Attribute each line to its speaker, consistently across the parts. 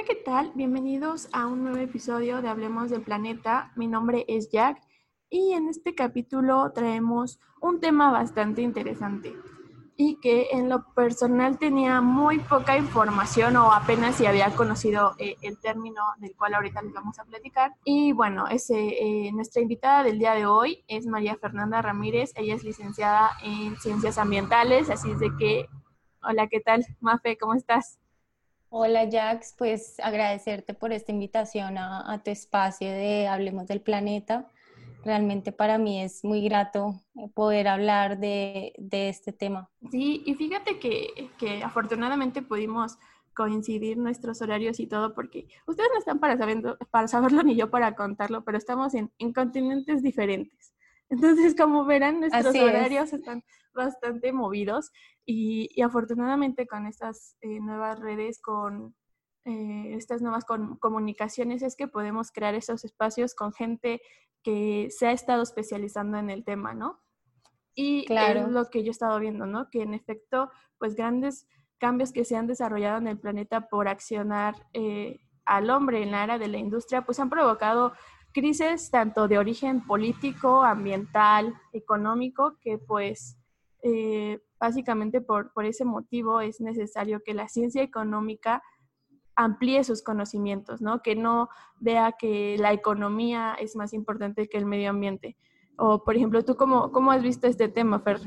Speaker 1: ¿qué tal? Bienvenidos a un nuevo episodio de Hablemos del Planeta. Mi nombre es Jack y en este capítulo traemos un tema bastante interesante y que en lo personal tenía muy poca información o apenas si había conocido el término del cual ahorita les vamos a platicar. Y bueno, nuestra invitada del día de hoy es María Fernanda Ramírez. Ella es licenciada en Ciencias Ambientales, así es de que, hola, ¿qué tal, Mafe? ¿Cómo estás?
Speaker 2: Hola Jax, pues agradecerte por esta invitación a tu espacio de Hablemos del Planeta. Realmente para mí es muy grato poder hablar de este tema.
Speaker 1: Sí, y fíjate que afortunadamente pudimos coincidir nuestros horarios y todo, porque ustedes no están para saberlo ni yo para contarlo, pero estamos en continentes diferentes. Entonces, como verán, nuestros
Speaker 2: Así es.
Speaker 1: horarios están bastante movidos y afortunadamente con estas nuevas redes, con estas nuevas comunicaciones, es que podemos crear esos espacios con gente que se ha estado especializando en el tema, ¿no? Y es
Speaker 2: Claro.
Speaker 1: lo que yo he estado viendo, ¿no? Que en efecto, pues grandes cambios que se han desarrollado en el planeta por accionar al hombre en la era de la industria, pues han provocado crisis tanto de origen político, ambiental, económico, que pues básicamente por ese motivo es necesario que la ciencia económica amplíe sus conocimientos, ¿no? Que no vea que la economía es más importante que el medio ambiente. O, por ejemplo, ¿tú cómo has visto este tema, Fer?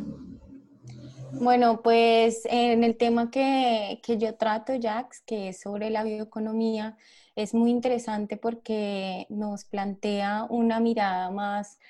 Speaker 2: Bueno, pues en el tema que yo trato, Jax, que es sobre la bioeconomía, es muy interesante porque nos plantea una mirada más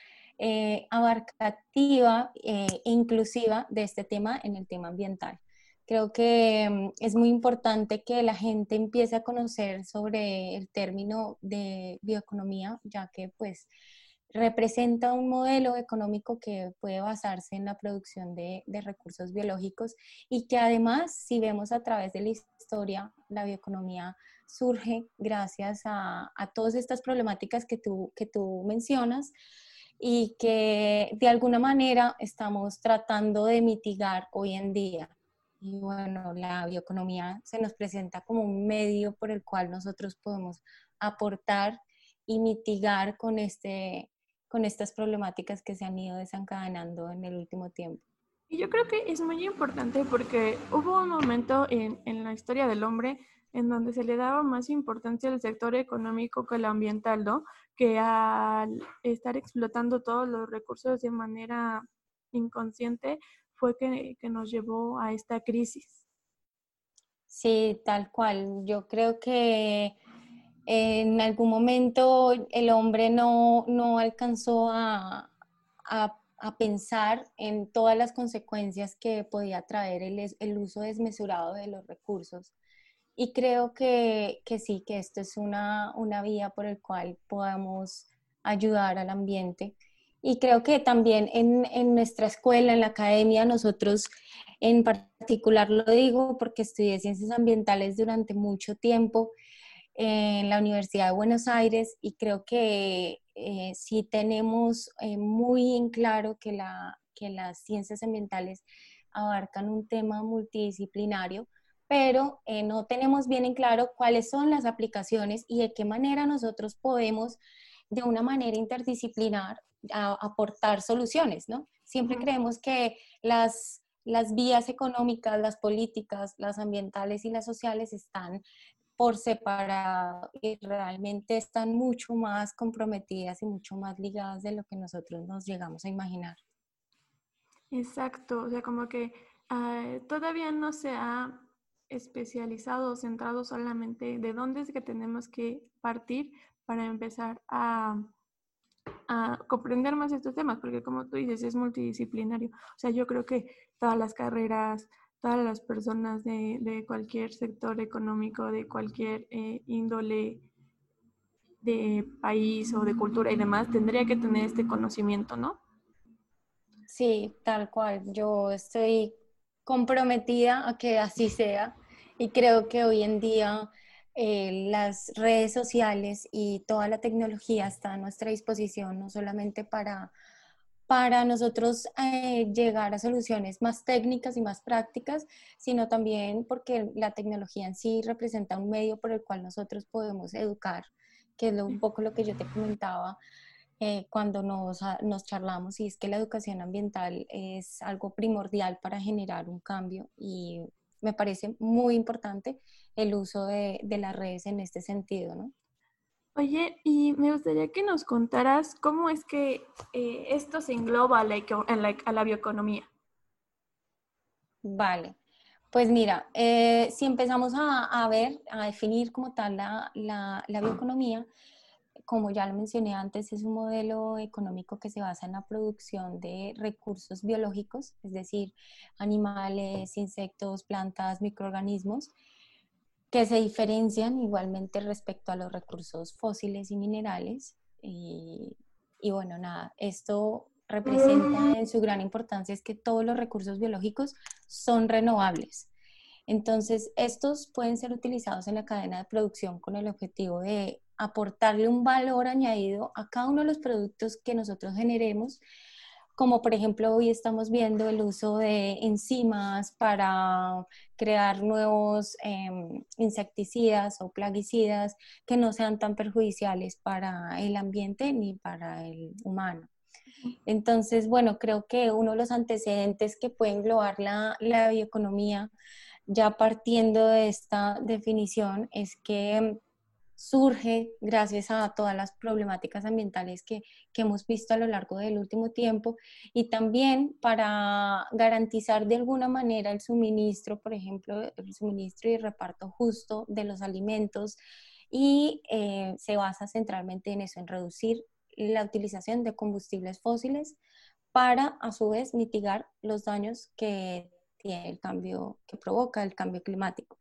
Speaker 2: abarcativa e inclusiva de este tema en el tema ambiental. Creo que es muy importante que la gente empiece a conocer sobre el término de bioeconomía, ya que pues representa un modelo económico que puede basarse en la producción de recursos biológicos y que además, si vemos a través de la historia, la bioeconomía surge gracias a todas estas problemáticas que tú mencionas y que de alguna manera estamos tratando de mitigar hoy en día. Y bueno, la bioeconomía se nos presenta como un medio por el cual nosotros podemos aportar y mitigar con estas problemáticas que se han ido desencadenando en el último tiempo.
Speaker 1: Y yo creo que es muy importante porque hubo un momento en la historia del hombre en donde se le daba más importancia al sector económico que al ambiental, ¿no? Que al estar explotando todos los recursos de manera inconsciente fue que nos llevó a esta crisis.
Speaker 2: Sí, tal cual. Yo creo que en algún momento el hombre no alcanzó a pensar en todas las consecuencias que podía traer el uso desmesurado de los recursos. Y creo que sí, que esto es una vía por el cual podamos ayudar al ambiente. Y creo que también en nuestra escuela, en la academia, nosotros en particular lo digo porque estudié ciencias ambientales durante mucho tiempo en la Universidad de Buenos Aires y creo que sí tenemos muy en claro que las ciencias ambientales abarcan un tema multidisciplinario, pero no tenemos bien en claro cuáles son las aplicaciones y de qué manera nosotros podemos, de una manera interdisciplinar, aportar soluciones, ¿no? Siempre
Speaker 1: Ujú.
Speaker 2: creemos que las vías económicas, las políticas, las ambientales y las sociales están por separado y realmente están mucho más comprometidas y mucho más ligadas de lo que nosotros nos llegamos a imaginar.
Speaker 1: Exacto, o sea, como que todavía no se ha especializado o centrado solamente de dónde es que tenemos que partir para empezar a comprender más estos temas, porque como tú dices, es multidisciplinario. O sea, yo creo que todas las carreras, todas las personas de cualquier sector económico, de cualquier índole de país o de cultura y demás, tendría que tener este conocimiento, ¿no?
Speaker 2: Sí, tal cual. Yo estoy comprometida a que así sea y creo que hoy en día las redes sociales y toda la tecnología está a nuestra disposición, no solamente para nosotros llegar a soluciones más técnicas y más prácticas, sino también porque la tecnología en sí representa un medio por el cual nosotros podemos educar, que es un poco lo que yo te comentaba cuando nos charlamos, y es que la educación ambiental es algo primordial para generar un cambio, y me parece muy importante el uso de las redes en este sentido, ¿no?
Speaker 1: Oye, y me gustaría que nos contaras cómo es que esto se engloba a la bioeconomía.
Speaker 2: Vale, pues mira, si empezamos a ver, a definir como tal la bioeconomía, como ya lo mencioné antes, es un modelo económico que se basa en la producción de recursos biológicos, es decir, animales, insectos, plantas, microorganismos, que se diferencian igualmente respecto a los recursos fósiles y minerales. Y bueno, nada, esto representa en su gran importancia es que todos los recursos biológicos son renovables. Entonces, estos pueden ser utilizados en la cadena de producción con el objetivo de aportarle un valor añadido a cada uno de los productos que nosotros generemos, como por ejemplo hoy estamos viendo el uso de enzimas para crear nuevos insecticidas o plaguicidas que no sean tan perjudiciales para el ambiente ni para el humano. Entonces, bueno, creo que uno de los antecedentes que puede englobar la bioeconomía, ya partiendo de esta definición, es que surge gracias a todas las problemáticas ambientales que hemos visto a lo largo del último tiempo, y también para garantizar de alguna manera el suministro, por ejemplo, el suministro y reparto justo de los alimentos, y se basa centralmente en eso, en reducir la utilización de combustibles fósiles para a su vez mitigar los daños que tiene el cambio, que provoca el cambio climático.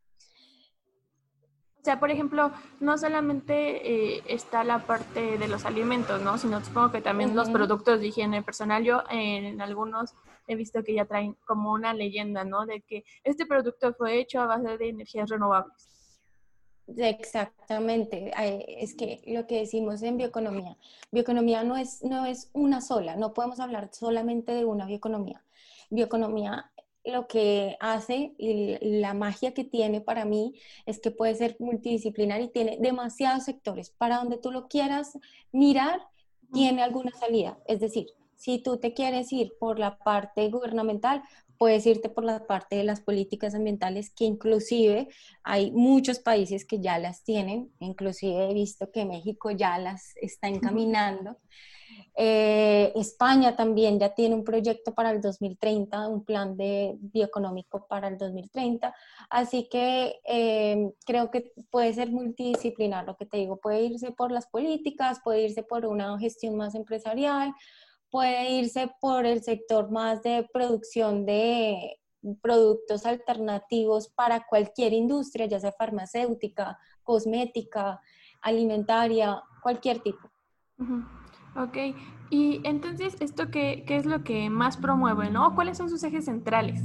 Speaker 1: O sea, por ejemplo, no solamente está la parte de los alimentos, ¿no? Sino supongo que también los
Speaker 2: Uh-huh.
Speaker 1: productos de higiene personal. Yo en algunos he visto que ya traen como una leyenda, ¿no? De que este producto fue hecho a base de energías renovables.
Speaker 2: Exactamente, es que lo que decimos en bioeconomía, bioeconomía no es una sola, no podemos hablar solamente de una bioeconomía. Bioeconomía lo que hace y la magia que tiene para mí es que puede ser multidisciplinar y tiene demasiados sectores. Para donde tú lo quieras mirar, tiene alguna salida. Es decir, si tú te quieres ir por la parte gubernamental, puedes irte por la parte de las políticas ambientales, que inclusive hay muchos países que ya las tienen, inclusive he visto que México ya las está encaminando. España también ya tiene un proyecto para el 2030, un plan de bioeconómico para el 2030, así que creo que puede ser multidisciplinar, lo que te digo, puede irse por las políticas, puede irse por una gestión más empresarial, puede irse por el sector más de producción de productos alternativos para cualquier industria, ya sea farmacéutica, cosmética, alimentaria, cualquier tipo.
Speaker 1: Uh-huh. Ok, y entonces, ¿esto qué es lo que más promueve, ¿no? ¿Cuáles son sus ejes centrales?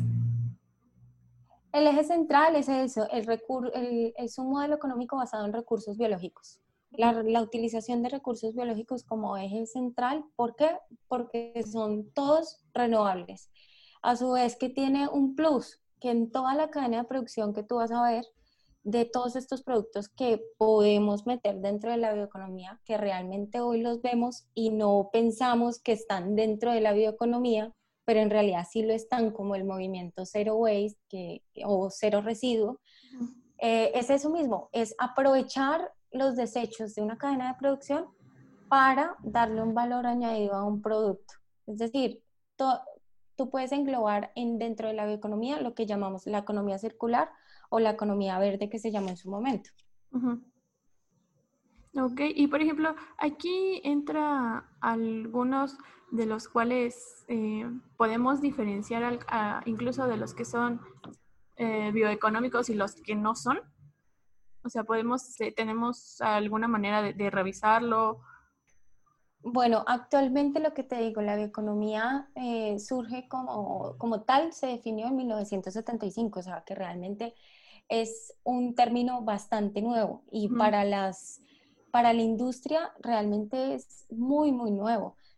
Speaker 2: El eje central es eso, es un modelo económico basado en recursos biológicos. La utilización de recursos biológicos como eje central, ¿por qué? Porque son todos renovables. A su vez que tiene un plus, que en toda la cadena de producción que tú vas a ver, de todos estos productos que podemos meter dentro de la bioeconomía, que realmente hoy los vemos y no pensamos que están dentro de la bioeconomía, pero en realidad sí lo están, como el movimiento Zero Waste o Cero Residuo, es eso mismo, es aprovechar los desechos de una cadena de producción para darle un valor añadido a un producto. Es decir, tú puedes englobar dentro de la bioeconomía lo que llamamos la economía circular o la economía verde, que se llamó en su momento.
Speaker 1: Uh-huh. Ok, y por ejemplo, aquí entra algunos de los cuales podemos diferenciar incluso de los que son bioeconómicos y los que no son. O sea, tenemos alguna manera de revisarlo.
Speaker 2: Bueno, actualmente lo que te digo, la bioeconomía surge como tal, se definió en 1975, o sea que realmente es un término bastante nuevo, y
Speaker 1: Uh-huh.
Speaker 2: para la industria realmente es muy, muy nuevo.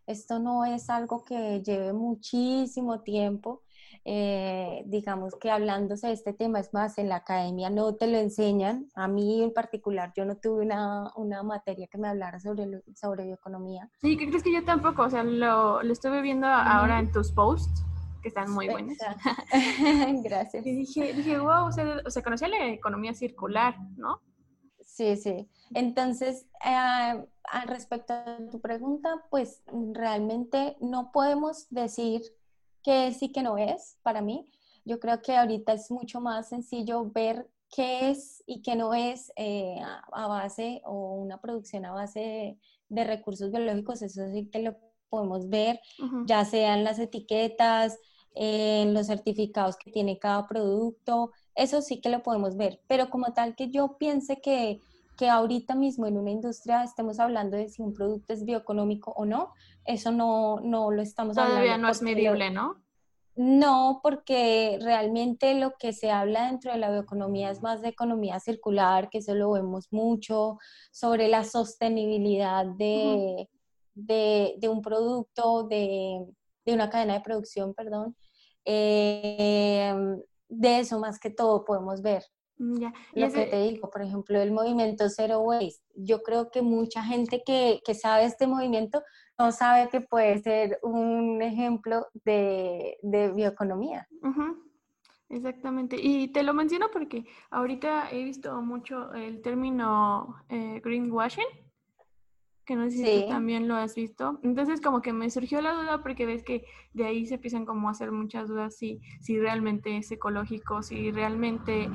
Speaker 2: Esto no es algo que lleve muchísimo tiempo. Digamos que hablándose de este tema, es más, en la academia no te lo enseñan. A mí en particular, yo no tuve una materia que me hablara sobre bioeconomía.
Speaker 1: Sí, ¿qué crees que yo tampoco? O sea, lo estuve viendo ahora en tus posts, que están muy buenos.
Speaker 2: Exacto. Gracias.
Speaker 1: Y dije, wow, o sea, conocía la economía circular, ¿no?
Speaker 2: Sí, sí. Entonces, al respecto a tu pregunta, pues realmente no podemos decir que sí que no es para mí. Yo creo que ahorita es mucho más sencillo ver qué es y qué no es a base o una producción a base de recursos biológicos. Eso sí que lo podemos ver,
Speaker 1: Uh-huh.
Speaker 2: ya sean las etiquetas, en los certificados que tiene cada producto. Eso sí que lo podemos ver, pero como tal que yo piense que ahorita mismo en una industria estemos hablando de si un producto es bioeconómico o no, eso no lo estamos
Speaker 1: Todavía
Speaker 2: hablando
Speaker 1: no es medible, ¿no?
Speaker 2: no, porque realmente lo que se habla dentro de la bioeconomía es más de economía circular, que eso lo vemos mucho, sobre la sostenibilidad
Speaker 1: Uh-huh.
Speaker 2: de un producto, de una cadena de producción, perdón. Eh, de eso más que todo podemos ver.
Speaker 1: Ya. Y
Speaker 2: Lo que te
Speaker 1: ese,
Speaker 2: digo, por ejemplo, el movimiento Zero Waste. Yo creo que mucha gente que sabe este movimiento no sabe que puede ser un ejemplo de bioeconomía.
Speaker 1: uh-huh. Exactamente. Y te lo menciono porque ahorita he visto mucho el término greenwashing, que no sé si tú
Speaker 2: Sí,
Speaker 1: también lo has visto. Entonces como que me surgió la duda porque ves que de ahí se empiezan como a hacer muchas dudas si realmente es ecológico, si realmente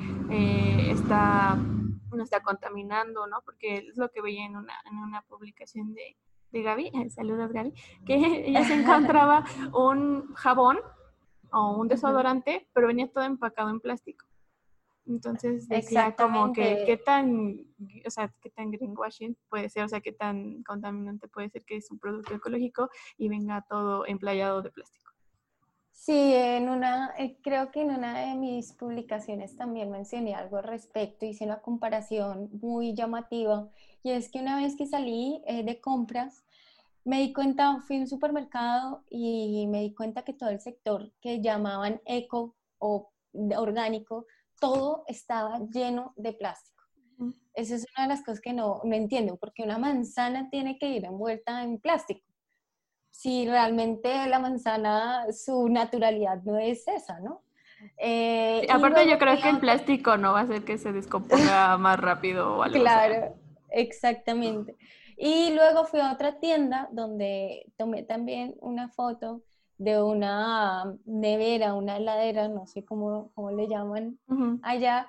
Speaker 1: no está contaminando, ¿no? Porque es lo que veía en una publicación de Gaby, saludos Gaby, que ella se encontraba un jabón o un desodorante, pero venía todo empacado en plástico. Entonces decía como que qué
Speaker 2: exactamente.
Speaker 1: tan, o sea, qué tan greenwashing puede ser, o sea, qué tan contaminante puede ser que es un producto ecológico y venga todo emplayado de plástico.
Speaker 2: Sí, creo que en una de mis publicaciones también mencioné algo al respecto, hice una comparación muy llamativa y es que una vez que salí de compras, me di cuenta, fui a un supermercado y me di cuenta que todo el sector que llamaban eco o orgánico, todo estaba lleno de plástico.
Speaker 1: Uh-huh.
Speaker 2: Esa es una de las cosas que no entiendo, porque una manzana tiene que ir envuelta en plástico si realmente la manzana, su naturalidad no es esa, ¿no?
Speaker 1: Sí,
Speaker 2: Y
Speaker 1: aparte yo
Speaker 2: luego fui
Speaker 1: creo que
Speaker 2: a
Speaker 1: el
Speaker 2: otra,
Speaker 1: plástico no va a hacer que se descomponga más rápido o algo, o sea.
Speaker 2: claro, exactamente. Y luego fui a otra tienda donde tomé también una foto de una nevera, una heladera, no sé cómo le llaman
Speaker 1: Uh-huh.
Speaker 2: allá,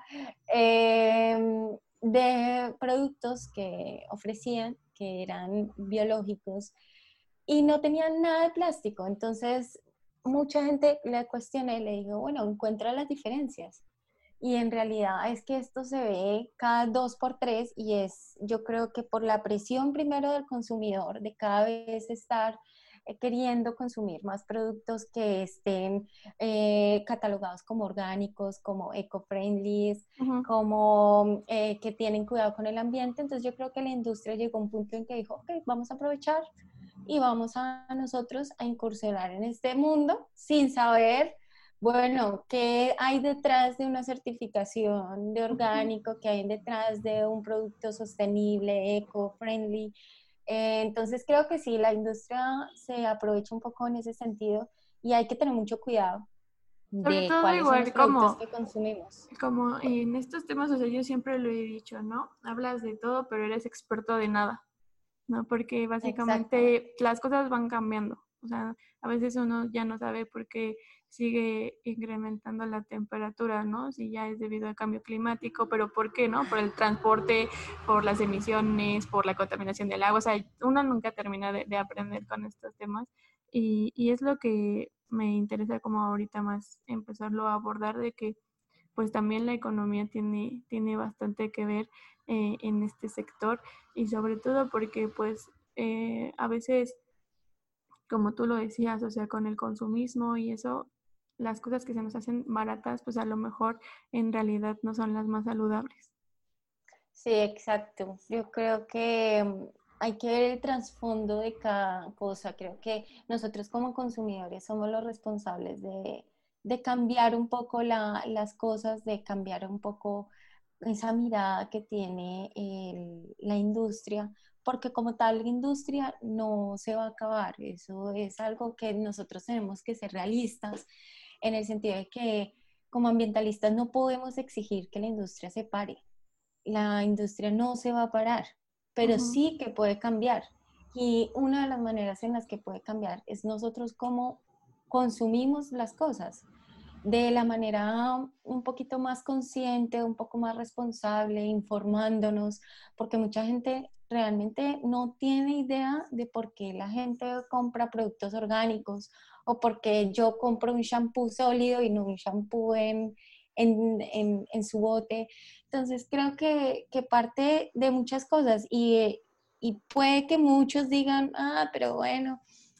Speaker 2: de productos que ofrecían, que eran biológicos y no tenían nada de plástico. Entonces, mucha gente le cuestioné y le digo, bueno, encuentra las diferencias. Y en realidad es que esto se ve cada 2 por 3 y es, yo creo que por la presión primero del consumidor, de cada vez estar queriendo consumir más productos que estén catalogados como orgánicos, como eco-friendly,
Speaker 1: Uh-huh.
Speaker 2: como que tienen cuidado con el ambiente. Entonces yo creo que la industria llegó a un punto en que dijo, ok, vamos a aprovechar y vamos a nosotros a incursionar en este mundo sin saber, bueno, qué hay detrás de una certificación de
Speaker 1: Uh-huh.
Speaker 2: orgánico, qué hay detrás de un producto sostenible, eco-friendly. Entonces creo que sí, la industria se aprovecha un poco en ese sentido y hay que tener mucho cuidado
Speaker 1: Sobre
Speaker 2: de
Speaker 1: todo
Speaker 2: cuáles son los
Speaker 1: igual
Speaker 2: productos que consumimos.
Speaker 1: como en estos temas, o sea, yo siempre lo he dicho, ¿no? Hablas de todo, pero eres experto de nada. ¿No? Porque
Speaker 2: Exactamente.
Speaker 1: básicamente las cosas van cambiando. O sea, a veces uno ya no sabe por qué sigue incrementando la temperatura, ¿no? Si ya es debido al cambio climático, pero ¿por qué, no? Por el transporte, por las emisiones, por la contaminación del agua. O sea, uno nunca termina de aprender con estos temas. Y es lo que me interesa como ahorita más empezarlo a abordar de que pues también la economía tiene bastante que ver en este sector y sobre todo porque pues a veces, como tú lo decías, o sea, con el consumismo y eso, las cosas que se nos hacen baratas, pues a lo mejor en realidad no son las más saludables.
Speaker 2: Sí, exacto. Yo creo que hay que ver el trasfondo de cada cosa. Creo que nosotros como consumidores somos los responsables de cambiar un poco las cosas, de cambiar un poco esa mirada que tiene la industria, porque como tal la industria no se va a acabar. Eso es algo que nosotros tenemos que ser realistas en el sentido de que como ambientalistas no podemos exigir que la industria se pare. La industria no se va a parar, pero
Speaker 1: Ujú.
Speaker 2: sí que puede cambiar. Y una de las maneras en las que puede cambiar es nosotros cómo consumimos las cosas de la manera un poquito más consciente, un poco más responsable, informándonos, porque mucha gente realmente no tiene idea de por qué la gente compra productos orgánicos o por qué yo compro un shampoo sólido y no un shampoo en su bote. Entonces creo que parte de muchas cosas y puede que muchos digan, ah, pero bueno,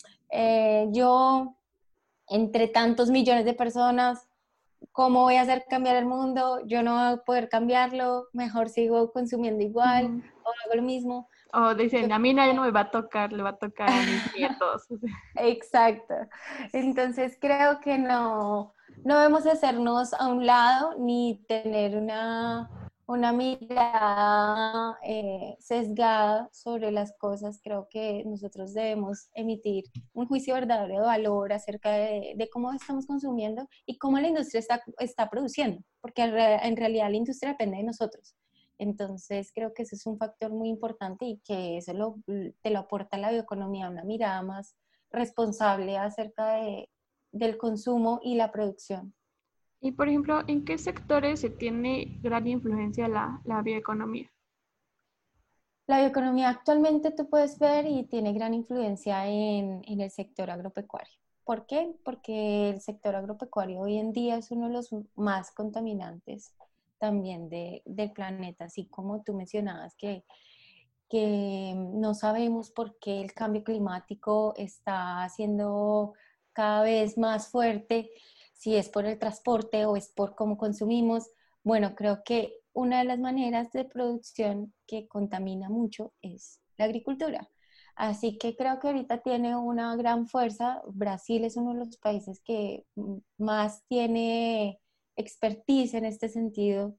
Speaker 2: yo entre tantos millones de personas, ¿cómo voy a hacer cambiar el mundo? Yo no voy a poder cambiarlo, mejor sigo consumiendo igual
Speaker 1: Ujú.
Speaker 2: o hago lo mismo.
Speaker 1: O
Speaker 2: Yo
Speaker 1: dicen, a mí no me va a tocar, le va a tocar a mis nietos.
Speaker 2: Exacto. Entonces creo que no debemos hacernos a un lado ni tener una mirada sesgada sobre las cosas. Creo que nosotros debemos emitir un juicio verdadero de valor acerca de cómo estamos consumiendo y cómo la industria está produciendo, porque en realidad la industria depende de nosotros. Entonces creo que ese es un factor muy importante y que eso te lo aporta la bioeconomía, una mirada más responsable acerca del consumo y la producción.
Speaker 1: Y por ejemplo, ¿en qué sectores se tiene gran influencia la bioeconomía?
Speaker 2: La bioeconomía actualmente tú puedes ver y tiene gran influencia en el sector agropecuario. ¿Por qué? Porque el sector agropecuario hoy en día es uno de los más contaminantes también del planeta, así como tú mencionabas que no sabemos por qué el cambio climático está siendo cada vez más fuerte, si es por el transporte o es por cómo consumimos. Bueno, creo que una de las maneras de producción que contamina mucho es la agricultura. Así que creo que ahorita tiene una gran fuerza. Brasil es uno de los países que más tiene expertise en este sentido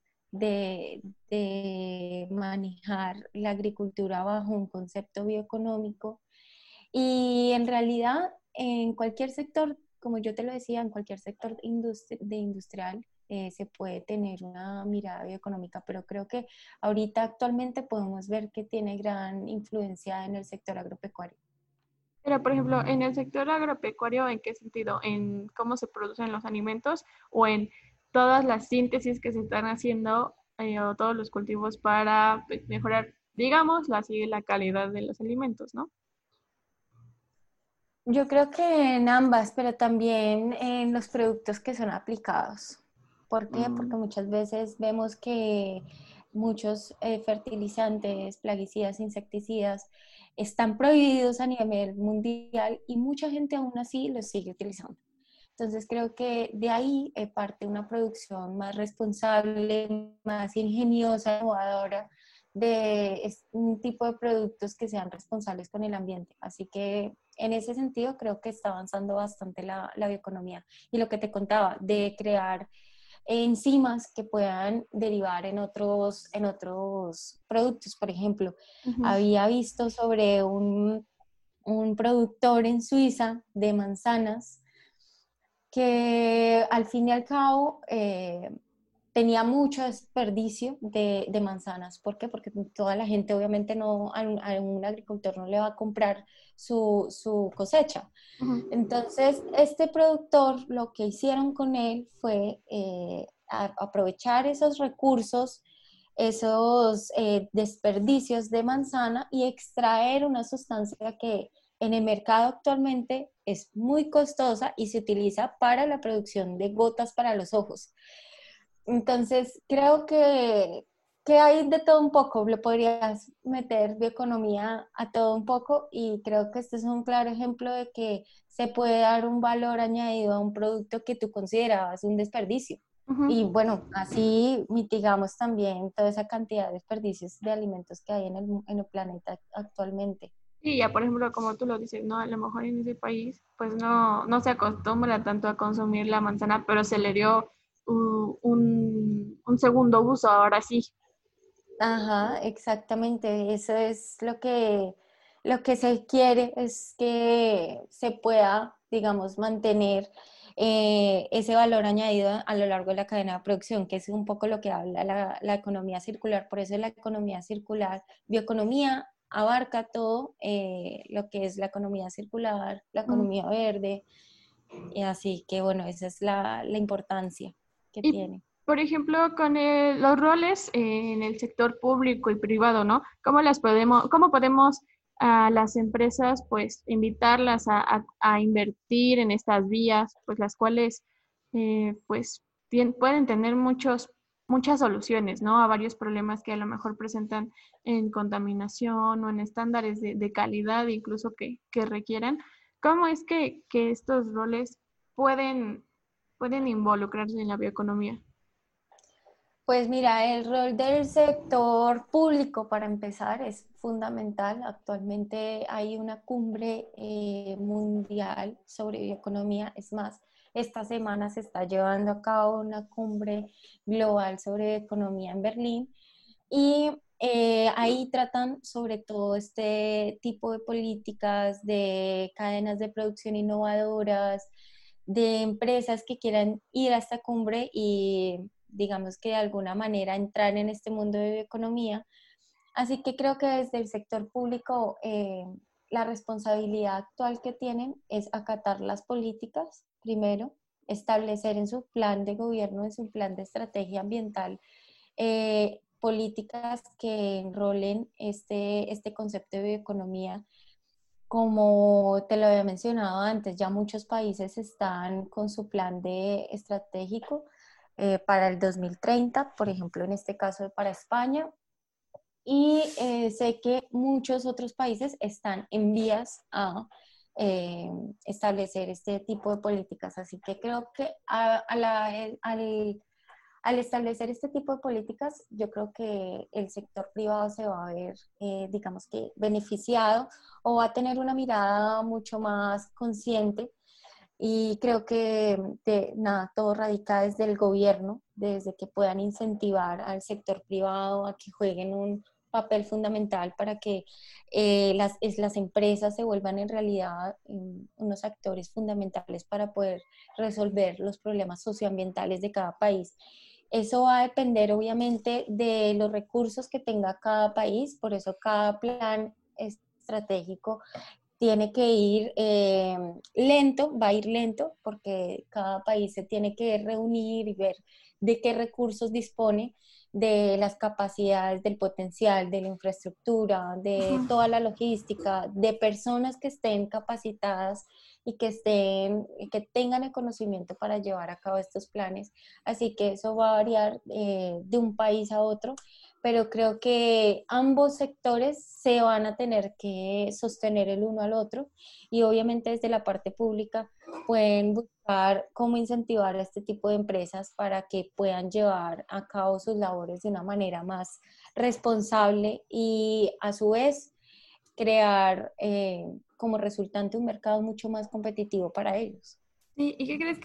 Speaker 2: de manejar la agricultura bajo un concepto bioeconómico. Y en realidad, en cualquier sector, como yo te lo decía, en cualquier sector industrial, se puede tener una mirada bioeconómica, pero creo que ahorita actualmente podemos ver que tiene gran influencia en el sector agropecuario.
Speaker 1: Pero, por ejemplo, en el sector agropecuario, ¿en qué sentido? ¿En cómo se producen los alimentos o en todas las síntesis que se están haciendo o todos los cultivos para pues, mejorar, digamos, así la calidad de los alimentos, ¿no?
Speaker 2: Yo creo que en ambas, pero también en los productos que son aplicados. ¿Por qué? Porque
Speaker 1: Mm.
Speaker 2: muchas veces vemos que muchos fertilizantes, plaguicidas, insecticidas están prohibidos a nivel mundial y mucha gente aún así los sigue utilizando. Entonces creo que de ahí parte una producción más responsable, más ingeniosa, innovadora de un tipo de productos que sean responsables con el ambiente. Así que en ese sentido creo que está avanzando bastante la bioeconomía. Y lo que te contaba, de crear enzimas que puedan derivar en otros productos. Por ejemplo,
Speaker 1: Ujú.
Speaker 2: había visto sobre un productor en Suiza de manzanas que al fin y al cabo tenía mucho desperdicio de manzanas. ¿Por qué? Porque toda la gente obviamente no, a un agricultor no le va a comprar su cosecha.
Speaker 1: Ujú.
Speaker 2: Entonces, este productor lo que hicieron con él fue aprovechar esos recursos, esos desperdicios de manzana y extraer una sustancia que en el mercado actualmente es muy costosa y se utiliza para la producción de gotas para los ojos. Entonces, creo que hay de todo un poco, le podrías meter bioeconomía a todo un poco y creo que este es un claro ejemplo de que se puede dar un valor añadido a un producto que tú considerabas un desperdicio.
Speaker 1: Ujú.
Speaker 2: Y bueno, así mitigamos también toda esa cantidad de desperdicios de alimentos que hay en el planeta actualmente.
Speaker 1: Y ya, por ejemplo, como tú lo dices, ¿no? A lo mejor en ese país, pues no se acostumbra tanto a consumir la manzana, pero se le dio un segundo uso, ahora sí.
Speaker 2: Ajá, exactamente. Eso es lo que se quiere, es que se pueda, digamos, mantener ese valor añadido a lo largo de la cadena de producción, que es un poco lo que habla la economía circular. Por eso la economía circular, bioeconomía abarca todo lo que es la economía circular, la
Speaker 1: Mm.
Speaker 2: economía verde, y así que bueno, esa es la importancia que
Speaker 1: Y,
Speaker 2: tiene.
Speaker 1: por ejemplo, con los roles en el sector público y privado, ¿no? Cómo podemos a las empresas, pues, invitarlas a invertir en estas vías, pues, las cuales, pues, pueden tener muchas soluciones, ¿no? A varios problemas que a lo mejor presentan en contaminación o en estándares de calidad, incluso que requieran. ¿Cómo es que estos roles pueden involucrarse en la bioeconomía?
Speaker 2: Pues mira, el rol del sector público para empezar es fundamental. Actualmente hay una cumbre mundial sobre bioeconomía. Es más, esta semana se está llevando a cabo una cumbre global sobre economía en Berlín y ahí tratan sobre todo este tipo de políticas de cadenas de producción innovadoras, de empresas que quieran ir a esta cumbre y digamos que de alguna manera entrar en este mundo de economía. Así que creo que desde el sector público la responsabilidad actual que tienen es acatar las políticas, primero, establecer en su plan de gobierno, en su plan de estrategia ambiental, políticas que enrolen este concepto de bioeconomía. Como te lo había mencionado antes, ya muchos países están con su plan de estratégico para el 2030, por ejemplo, en este caso para España, y sé que muchos otros países están en vías a eh, establecer este tipo de políticas. Así que creo que al establecer este tipo de políticas, yo creo que el sector privado se va a ver, digamos que, beneficiado o va a tener una mirada mucho más consciente. Y creo que nada, todo radica desde el gobierno, desde que puedan incentivar al sector privado a que jueguen un papel fundamental para que las empresas se vuelvan en realidad unos actores fundamentales para poder resolver los problemas socioambientales de cada país. Eso va a depender obviamente de los recursos que tenga cada país, por eso cada plan estratégico tiene que ir lento, va a ir lento, porque cada país se tiene que reunir y ver de qué recursos dispone, de las capacidades, del potencial, de la infraestructura, de
Speaker 1: Ujú.
Speaker 2: toda la logística, de personas que estén capacitadas y que tengan el conocimiento para llevar a cabo estos planes. Así que eso va a variar de un país a otro, pero creo que ambos sectores se van a tener que sostener el uno al otro y obviamente desde la parte pública pueden buscar cómo incentivar a este tipo de empresas para que puedan llevar a cabo sus labores de una manera más responsable y a su vez crear como resultante un mercado mucho más competitivo para ellos.
Speaker 1: Sí, ¿y qué crees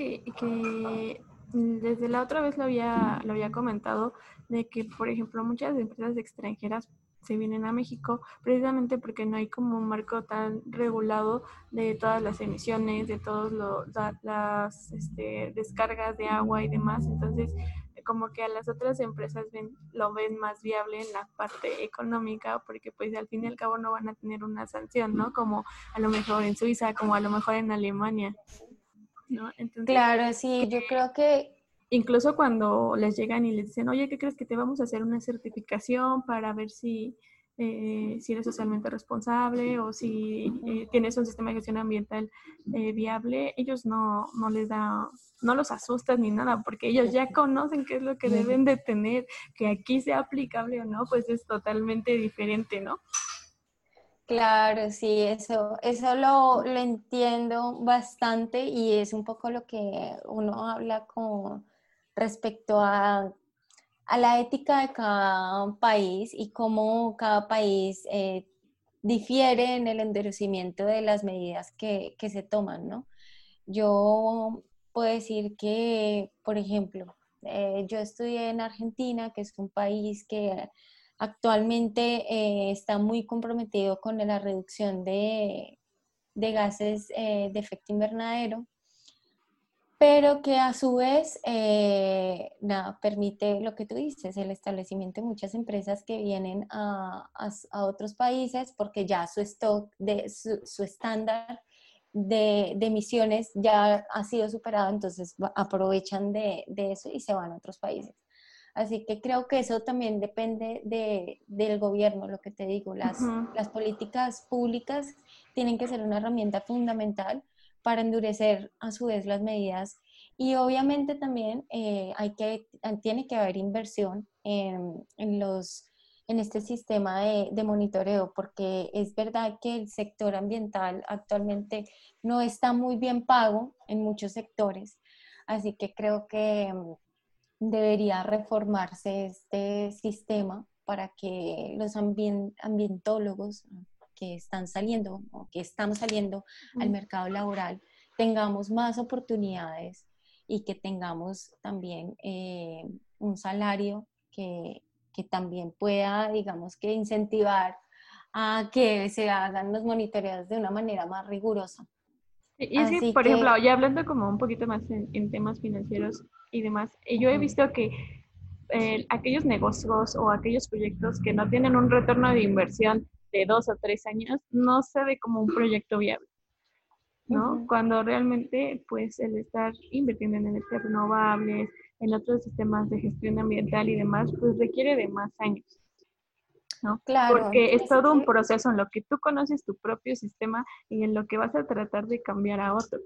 Speaker 1: desde la otra vez lo había comentado, de que, por ejemplo, muchas empresas extranjeras se vienen a México precisamente porque no hay como un marco tan regulado de todas las emisiones, de todas las descargas de agua y demás? Entonces, como que a las otras empresas lo ven más viable en la parte económica, porque pues al fin y al cabo no van a tener una sanción, ¿no? Como a lo mejor en Suiza, como a lo mejor en Alemania, ¿no? Entonces,
Speaker 2: Claro, sí, yo creo que
Speaker 1: incluso cuando les llegan y les dicen, oye, ¿qué crees que te vamos a hacer una certificación para ver si eres socialmente responsable o si tienes un sistema de gestión ambiental viable? Ellos no les da, no los asustan ni nada, porque ellos ya conocen qué es lo que deben de tener, que aquí sea aplicable o no, pues es totalmente diferente, ¿no?
Speaker 2: claro, sí, eso lo entiendo bastante y es un poco lo que uno habla respecto a la ética de cada país y cómo cada país difiere en el endurecimiento de las medidas que se toman, ¿no? Yo puedo decir que, por ejemplo, yo estudié en Argentina, que es un país que actualmente está muy comprometido con la reducción de gases de efecto invernadero, pero que a su vez nada, permite lo que tú dices, el establecimiento de muchas empresas que vienen a otros países porque ya su stock, su estándar de emisiones ya ha sido superado, entonces aprovechan de eso y se van a otros países. Así que creo que eso también depende del gobierno, lo que te digo,
Speaker 1: Ujú.
Speaker 2: las políticas públicas tienen que ser una herramienta fundamental para endurecer a su vez las medidas. Y obviamente también tiene que haber inversión en este sistema de monitoreo, porque es verdad que el sector ambiental actualmente no está muy bien pago en muchos sectores, así que creo que debería reformarse este sistema para que los ambientólogos que están saliendo o que estamos saliendo al mercado laboral tengamos más oportunidades y que tengamos también un salario que también pueda, digamos, que incentivar a que se hagan los monitoreos de una manera más rigurosa.
Speaker 1: Y es que,
Speaker 2: Así
Speaker 1: por ejemplo,
Speaker 2: que,
Speaker 1: ya hablando como un poquito más en temas financieros y demás, yo he
Speaker 2: ujú,
Speaker 1: visto que aquellos negocios o aquellos proyectos que no tienen un retorno de inversión de 2 o 3 años, no se ve como un proyecto viable, ¿no?
Speaker 2: ujú.
Speaker 1: Cuando realmente, pues, el estar invirtiendo en energías renovables, en otros sistemas de gestión ambiental y demás, pues requiere de más años, ¿no?
Speaker 2: Claro,
Speaker 1: Porque es
Speaker 2: es
Speaker 1: todo un
Speaker 2: que
Speaker 1: proceso en lo que tú conoces tu propio sistema y en lo que vas a tratar de cambiar a otro.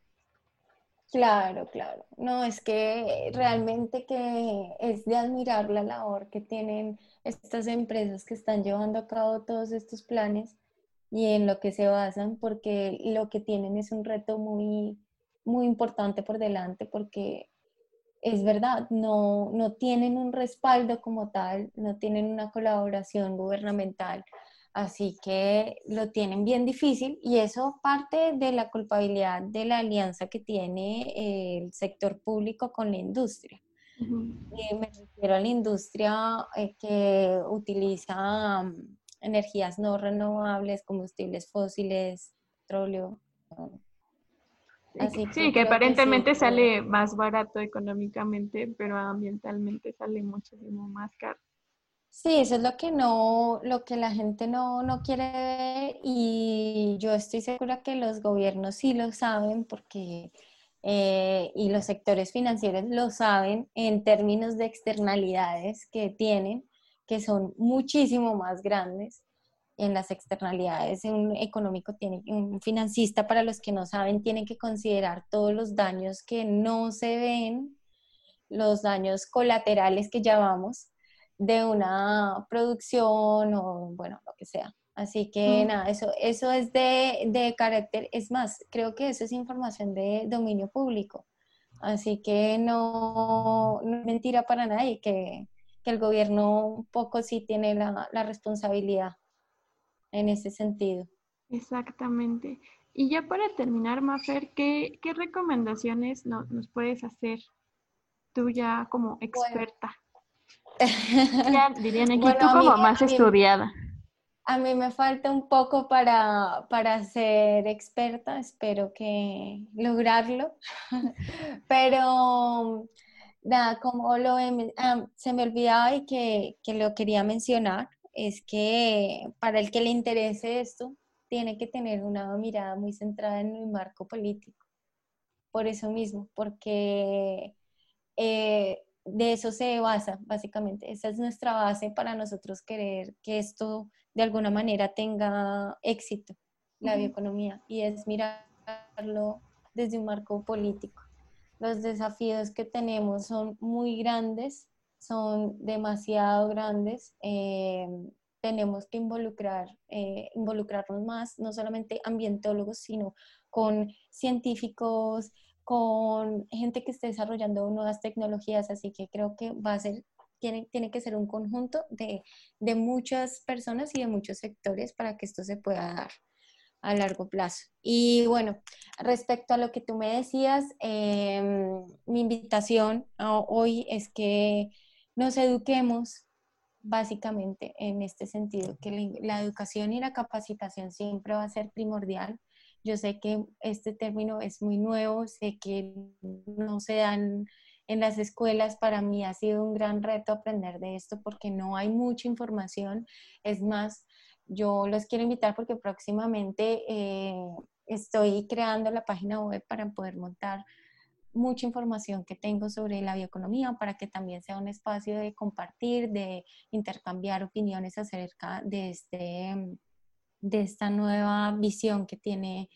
Speaker 2: claro, claro. No, es que realmente que es de admirar la labor que tienen estas empresas que están llevando a cabo todos estos planes y en lo que se basan, porque lo que tienen es un reto muy, muy importante por delante, porque es verdad, no tienen un respaldo como tal, no tienen una colaboración gubernamental, así que lo tienen bien difícil y eso parte de la culpabilidad de la alianza que tiene el sector público con la industria.
Speaker 1: Ujú.
Speaker 2: Me refiero a la industria que utiliza energías no renovables, combustibles fósiles, petróleo. ¿No? Así
Speaker 1: Sí,
Speaker 2: que
Speaker 1: que
Speaker 2: creo que sí,
Speaker 1: aparentemente
Speaker 2: que
Speaker 1: sale más barato económicamente, pero ambientalmente sale muchísimo más caro.
Speaker 2: sí, eso es lo que la gente no quiere ver y yo estoy segura que los gobiernos sí lo saben porque, y los sectores financieros lo saben en términos de externalidades que tienen, que son muchísimo más grandes. En las externalidades, un económico tiene, un financista, para los que no saben, tiene que considerar todos los daños que no se ven, los daños colaterales que llamamos de una producción o bueno, lo que sea. Así que
Speaker 1: Mm,
Speaker 2: nada, eso es de carácter, es más, creo que eso es información de dominio público. Así que no es mentira para nadie que el gobierno un poco sí tiene la responsabilidad en ese sentido.
Speaker 1: exactamente. Y ya para terminar, Mafer, ¿qué recomendaciones nos puedes hacer tú ya como
Speaker 2: Bueno,
Speaker 1: experta? Ya dirían aquí,
Speaker 2: bueno,
Speaker 1: tú como más estudiada.
Speaker 2: a mí me falta un poco para ser experta, espero que lograrlo, pero nada, como se me olvidaba y que lo quería mencionar, es que para el que le interese esto, tiene que tener una mirada muy centrada en el marco político, por eso mismo, porque de eso se basa, básicamente. Esa es nuestra base para nosotros querer que esto de alguna manera tenga éxito, la
Speaker 1: Ujú.
Speaker 2: bioeconomía, y es mirarlo desde un marco político. Los desafíos que tenemos son muy grandes, son demasiado grandes. Tenemos que involucrarnos más, no solamente ambientólogos, sino con científicos, con gente que esté desarrollando nuevas tecnologías, así que creo que va a ser, tiene que ser un conjunto de muchas personas y de muchos sectores para que esto se pueda dar a largo plazo. Y bueno, respecto a lo que tú me decías, mi invitación hoy es que nos eduquemos básicamente en este sentido, que la educación y la capacitación siempre va a ser primordial. Yo sé que este término es muy nuevo, sé que no se dan en las escuelas. Para mí ha sido un gran reto aprender de esto porque no hay mucha información. Es más, yo los quiero invitar porque próximamente estoy creando la página web para poder montar mucha información que tengo sobre la bioeconomía para que también sea un espacio de compartir, de intercambiar opiniones acerca de esta nueva visión que tiene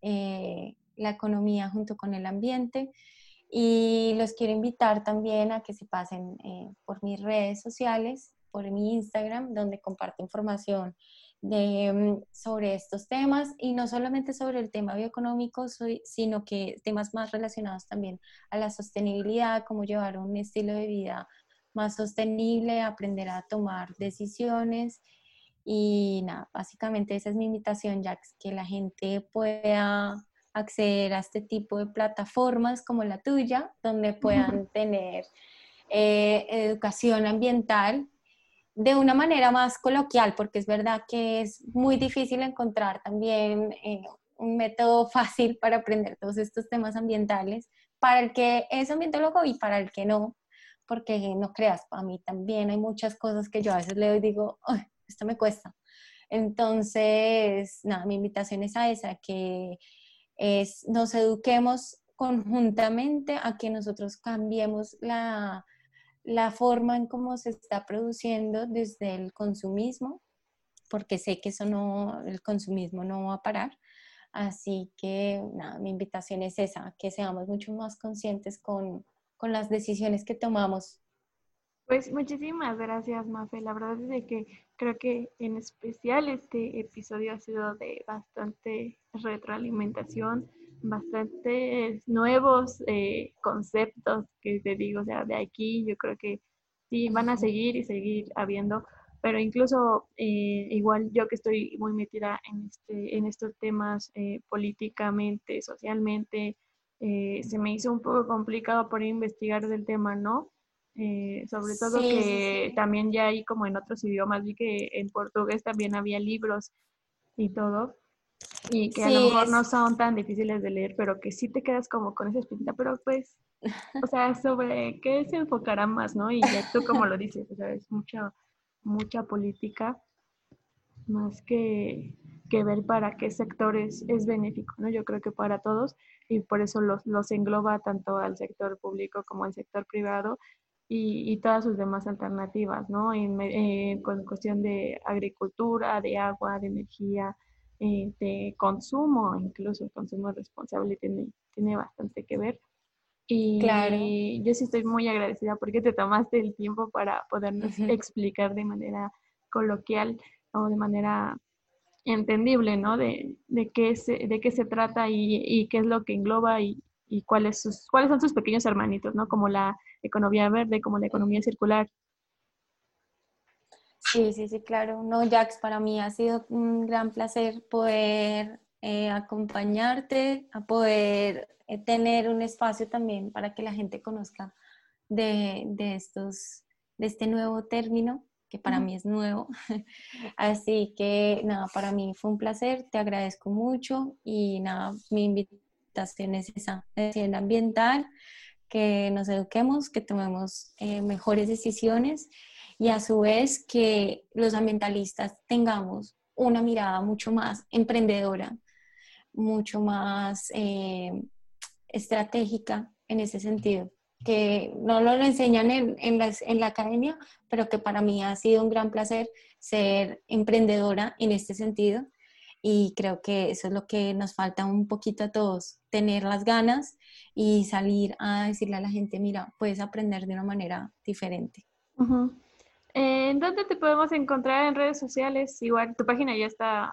Speaker 2: la economía junto con el ambiente. Y los quiero invitar también a que se pasen por mis redes sociales, por mi Instagram, donde comparto información sobre estos temas y no solamente sobre el tema bioeconómico, sino que temas más relacionados también a la sostenibilidad, cómo llevar un estilo de vida más sostenible, aprender a tomar decisiones y nada, básicamente esa es mi invitación, ya que la gente pueda acceder a este tipo de plataformas como la tuya, donde puedan tener educación ambiental de una manera más coloquial, porque es verdad que es muy difícil encontrar también un método fácil para aprender todos estos temas ambientales, para el que es ambientólogo y para el que no, porque no creas, a mí también hay muchas cosas que yo a veces leo y digo, "Ay, esto me cuesta". Entonces, nada, mi invitación es a esa, que nos eduquemos conjuntamente a que nosotros cambiemos la forma en cómo se está produciendo desde el consumismo, porque sé que eso no, el consumismo no va a parar. Así que nada, mi invitación es esa, que seamos mucho más conscientes con las decisiones que tomamos.
Speaker 1: Pues muchísimas gracias, Mafe. La verdad es de que creo que en especial este episodio ha sido de bastante retroalimentación, bastantes nuevos conceptos que te digo, o sea, de aquí yo creo que sí van a seguir y seguir habiendo, pero incluso igual yo que estoy muy metida en estos temas políticamente, socialmente, se me hizo un poco complicado por investigar del tema, ¿no? Sobre todo
Speaker 2: Sí, sí,
Speaker 1: que
Speaker 2: sí.
Speaker 1: también ya hay como en otros idiomas, vi que en portugués también había libros y todo, y que a lo
Speaker 2: Sí,
Speaker 1: mejor no son tan difíciles de leer, pero que sí te quedas como con esa espinita, pero pues, o sea, sobre qué se enfocará más, ¿no? Y ya tú como lo dices, o sea, es mucha política más que ver para qué sectores es benéfico, ¿no? Yo creo que para todos y por eso los engloba tanto al sector público como al sector privado y todas sus demás alternativas, ¿no? Con cuestión de agricultura, de agua, de energía, de consumo, incluso el consumo responsable tiene bastante que ver.
Speaker 2: claro.
Speaker 1: Y yo sí estoy muy agradecida porque te tomaste el tiempo para podernos explicar de manera coloquial o de manera entendible, ¿no? De qué se trata y qué es lo que engloba y cuáles son sus pequeños hermanitos, ¿no? Como la economía verde, como la economía circular.
Speaker 2: Sí, sí, sí, claro. No, Jax, para mí ha sido un gran placer poder acompañarte, a poder tener un espacio también para que la gente conozca de de este nuevo término, que para
Speaker 1: Ujú.
Speaker 2: mí es nuevo. Así que nada, para mí fue un placer, te agradezco mucho y nada, mi invitación es esa, decisión ambiental, que nos eduquemos, que tomemos mejores decisiones y a su vez que los ambientalistas tengamos una mirada mucho más emprendedora, mucho más estratégica en ese sentido, que no lo enseñan en la academia, pero que para mí ha sido un gran placer ser emprendedora en este sentido y creo que eso es lo que nos falta un poquito a todos, tener las ganas y salir a decirle a la gente, mira, puedes aprender de una manera diferente.
Speaker 1: Ujú. ¿En dónde te podemos encontrar en redes sociales? Igual tu página ya está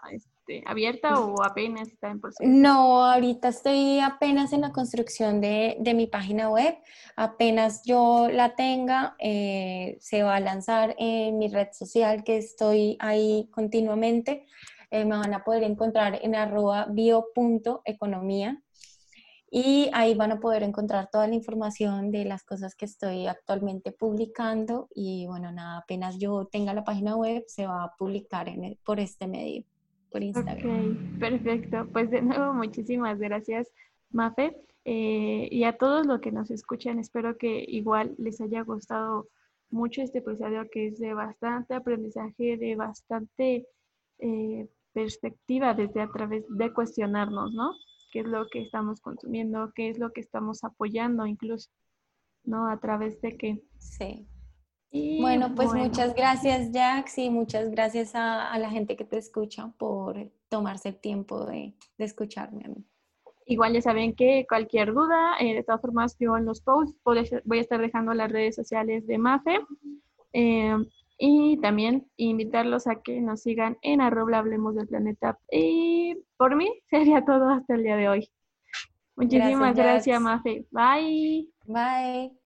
Speaker 1: abierta o apenas está en proceso?
Speaker 2: No, ahorita estoy apenas en la construcción de mi página web. Apenas yo la tenga, se va a lanzar en mi red social que estoy ahí continuamente. Me van a poder encontrar en @bio.economía y ahí van a poder encontrar toda la información de las cosas que estoy actualmente publicando. Y bueno, nada, apenas yo tenga la página web, se va a publicar por este medio, por Instagram.
Speaker 1: Ok, perfecto. Pues de nuevo, muchísimas gracias, Mafe. Y a todos los que nos escuchan, espero que igual les haya gustado mucho este episodio que es de bastante aprendizaje, de bastante perspectiva desde a través de cuestionarnos, ¿no? ¿Qué es lo que estamos consumiendo? ¿Qué es lo que estamos apoyando incluso, ¿no? A través de qué.
Speaker 2: Sí.
Speaker 1: Y
Speaker 2: Bueno, pues
Speaker 1: bueno.
Speaker 2: muchas gracias, Jax, y muchas gracias a la gente que te escucha por tomarse el tiempo de escucharme a mí.
Speaker 1: Igual ya saben que cualquier duda, de todas formas, yo en los posts voy a estar dejando las redes sociales de Mafe eh, y también invitarlos a que nos sigan en @hablemos del planeta. Y por mí sería todo hasta el día de hoy.
Speaker 2: Gracias,
Speaker 1: Muchísimas gracias,
Speaker 2: Jax.
Speaker 1: Mafe. Bye.
Speaker 2: Bye.